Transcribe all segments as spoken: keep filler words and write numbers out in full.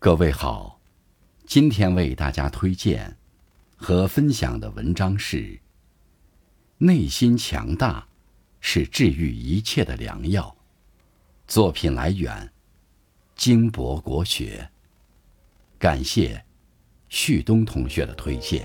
各位好，今天为大家推荐和分享的文章是：内心强大是治愈一切的良药。作品来源金博国学。感谢旭东同学的推荐。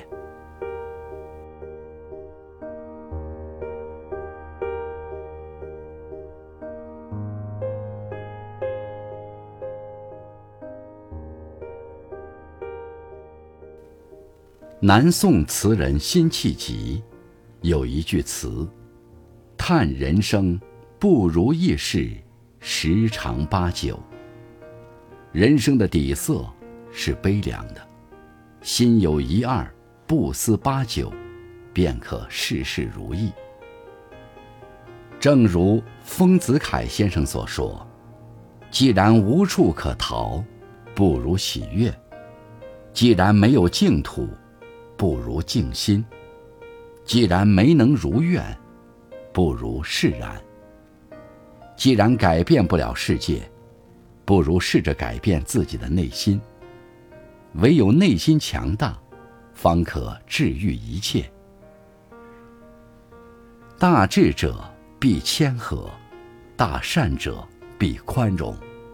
南宋词人辛弃疾有一句词：叹人生不如意事十常八九。人生的底色是悲凉的，心有一二，不思八九，便可事事如意。正如丰子恺先生所说，既然无处可逃，不如喜悦；既然没有净土，不如静心；既然没能如愿，不如释然；既然改变不了世界，不如试着改变自己的内心。唯有内心强大，方可治愈一切。大智者必谦和，大善者必宽容。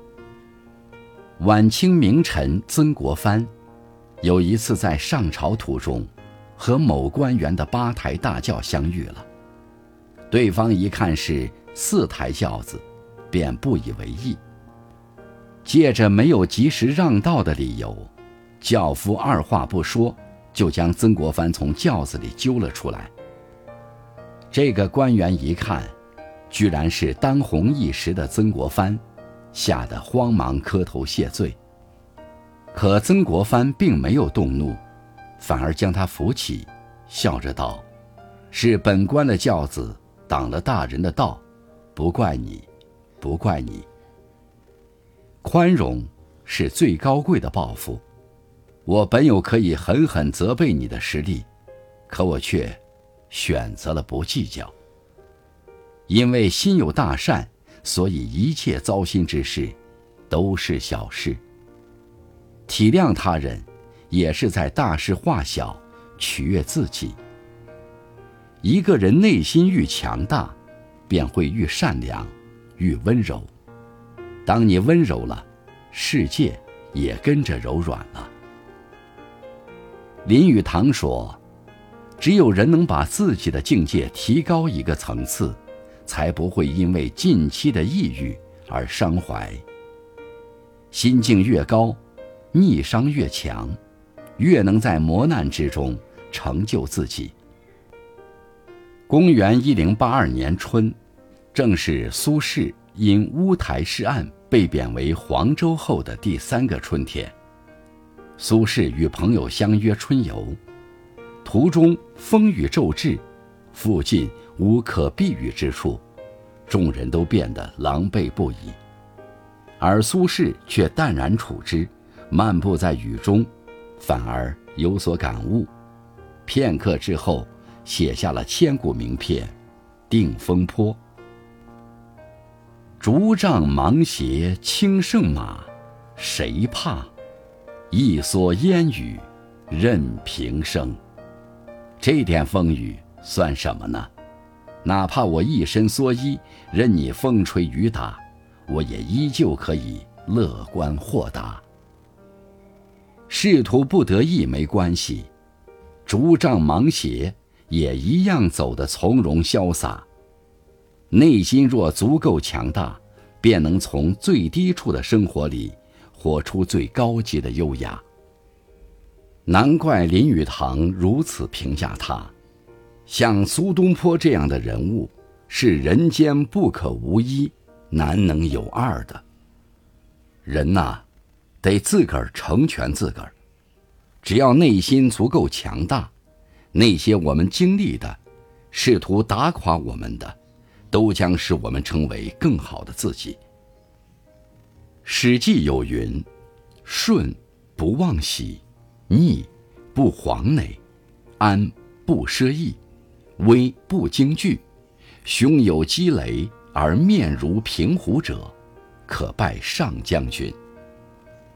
晚清名臣曾国藩有一次在上朝途中，和某官员的八抬大轿相遇了。对方一看是四抬轿子，便不以为意。借着没有及时让道的理由，轿夫二话不说，就将曾国藩从轿子里揪了出来。这个官员一看，居然是当红一时的曾国藩，吓得慌忙磕头谢罪。可曾国藩并没有动怒，反而将他扶起，笑着道：是本官的轿子挡了大人的道，不怪你，不怪你。宽容是最高贵的报复。我本有可以狠狠责备你的实力，可我却选择了不计较。因为心有大善，所以一切糟心之事都是小事。体谅他人，也是在大事化小，取悦自己。一个人内心愈强大，便会愈善良，愈温柔。当你温柔了，世界也跟着柔软了。林语堂说，只有人能把自己的境界提高一个层次，才不会因为近期的抑郁而伤怀。心境越高，逆商越强，越能在磨难之中成就自己。公元一零八二年春，正是苏轼因乌台诗案被贬为黄州后的第三个春天。苏轼与朋友相约春游，途中风雨骤至，附近无可避雨之处，众人都变得狼狈不已，而苏轼却淡然处之，漫步在雨中，反而有所感悟。片刻之后，写下了千古名篇《定风波》。竹杖芒鞋轻胜马，谁怕？一蓑烟雨任平生。这点风雨算什么呢？哪怕我一身蓑衣，任你风吹雨打，我也依旧可以乐观豁达。仕途不得意没关系，竹杖芒鞋也一样走得从容潇洒。内心若足够强大，便能从最低处的生活里活出最高级的优雅。难怪林语堂如此评价他，像苏东坡这样的人物，是人间不可无一，难能有二的。人呐、啊，得自个儿成全自个儿。只要内心足够强大，那些我们经历的，试图打垮我们的，都将使我们成为更好的自己。史记有云：顺不忘喜，逆不惶馁，安不奢逸，危不惊惧，胸有积雷而面如平湖者，可拜上将军。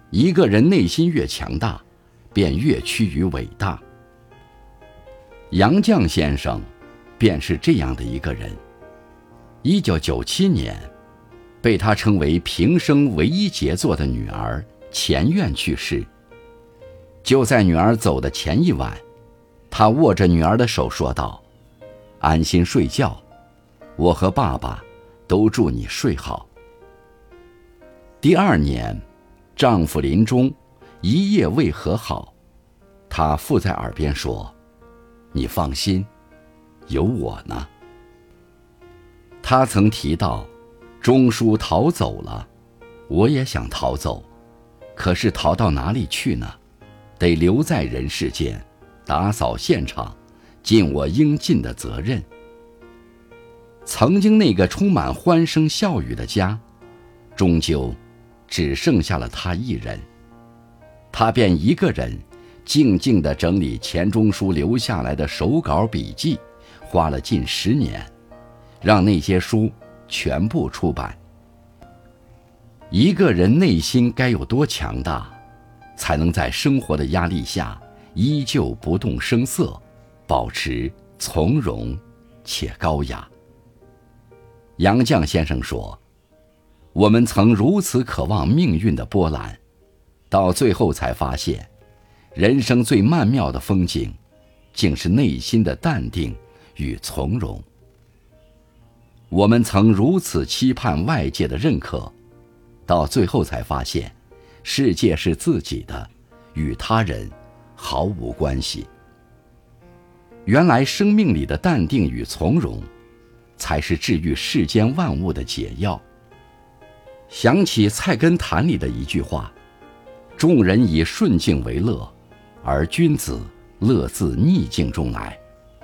一个人内心越强大，便越趋于伟大。杨绛先生便是这样的一个人。一九九七年，被他称为平生唯一杰作的女儿钱院去世。就在女儿走的前一晚，他握着女儿的手说道：安心睡觉，我和爸爸都祝你睡好。第二年，丈夫临终，一夜未和好，他附在耳边说：你放心，有我呢。他曾提到，钟书逃走了，我也想逃走，可是逃到哪里去呢？得留在人世间，打扫现场，尽我应尽的责任。曾经那个充满欢声笑语的家，终究只剩下了他一人。他便一个人静静地整理钱钟书留下来的手稿笔记，花了近十年，让那些书全部出版。一个人内心该有多强大，才能在生活的压力下依旧不动声色，保持从容且高雅。杨绛先生说，我们曾如此渴望命运的波澜，到最后才发现，人生最曼妙的风景，竟是内心的淡定与从容。我们曾如此期盼外界的认可，到最后才发现，世界是自己的，与他人毫无关系。原来生命里的淡定与从容，才是治愈世间万物的解药。想起《菜根谭》里的一句话：众人以顺境为乐，而君子乐自逆境中来。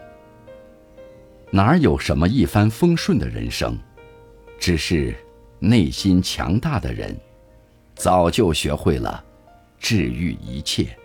哪有什么一帆风顺的人生，只是内心强大的人早就学会了治愈一切。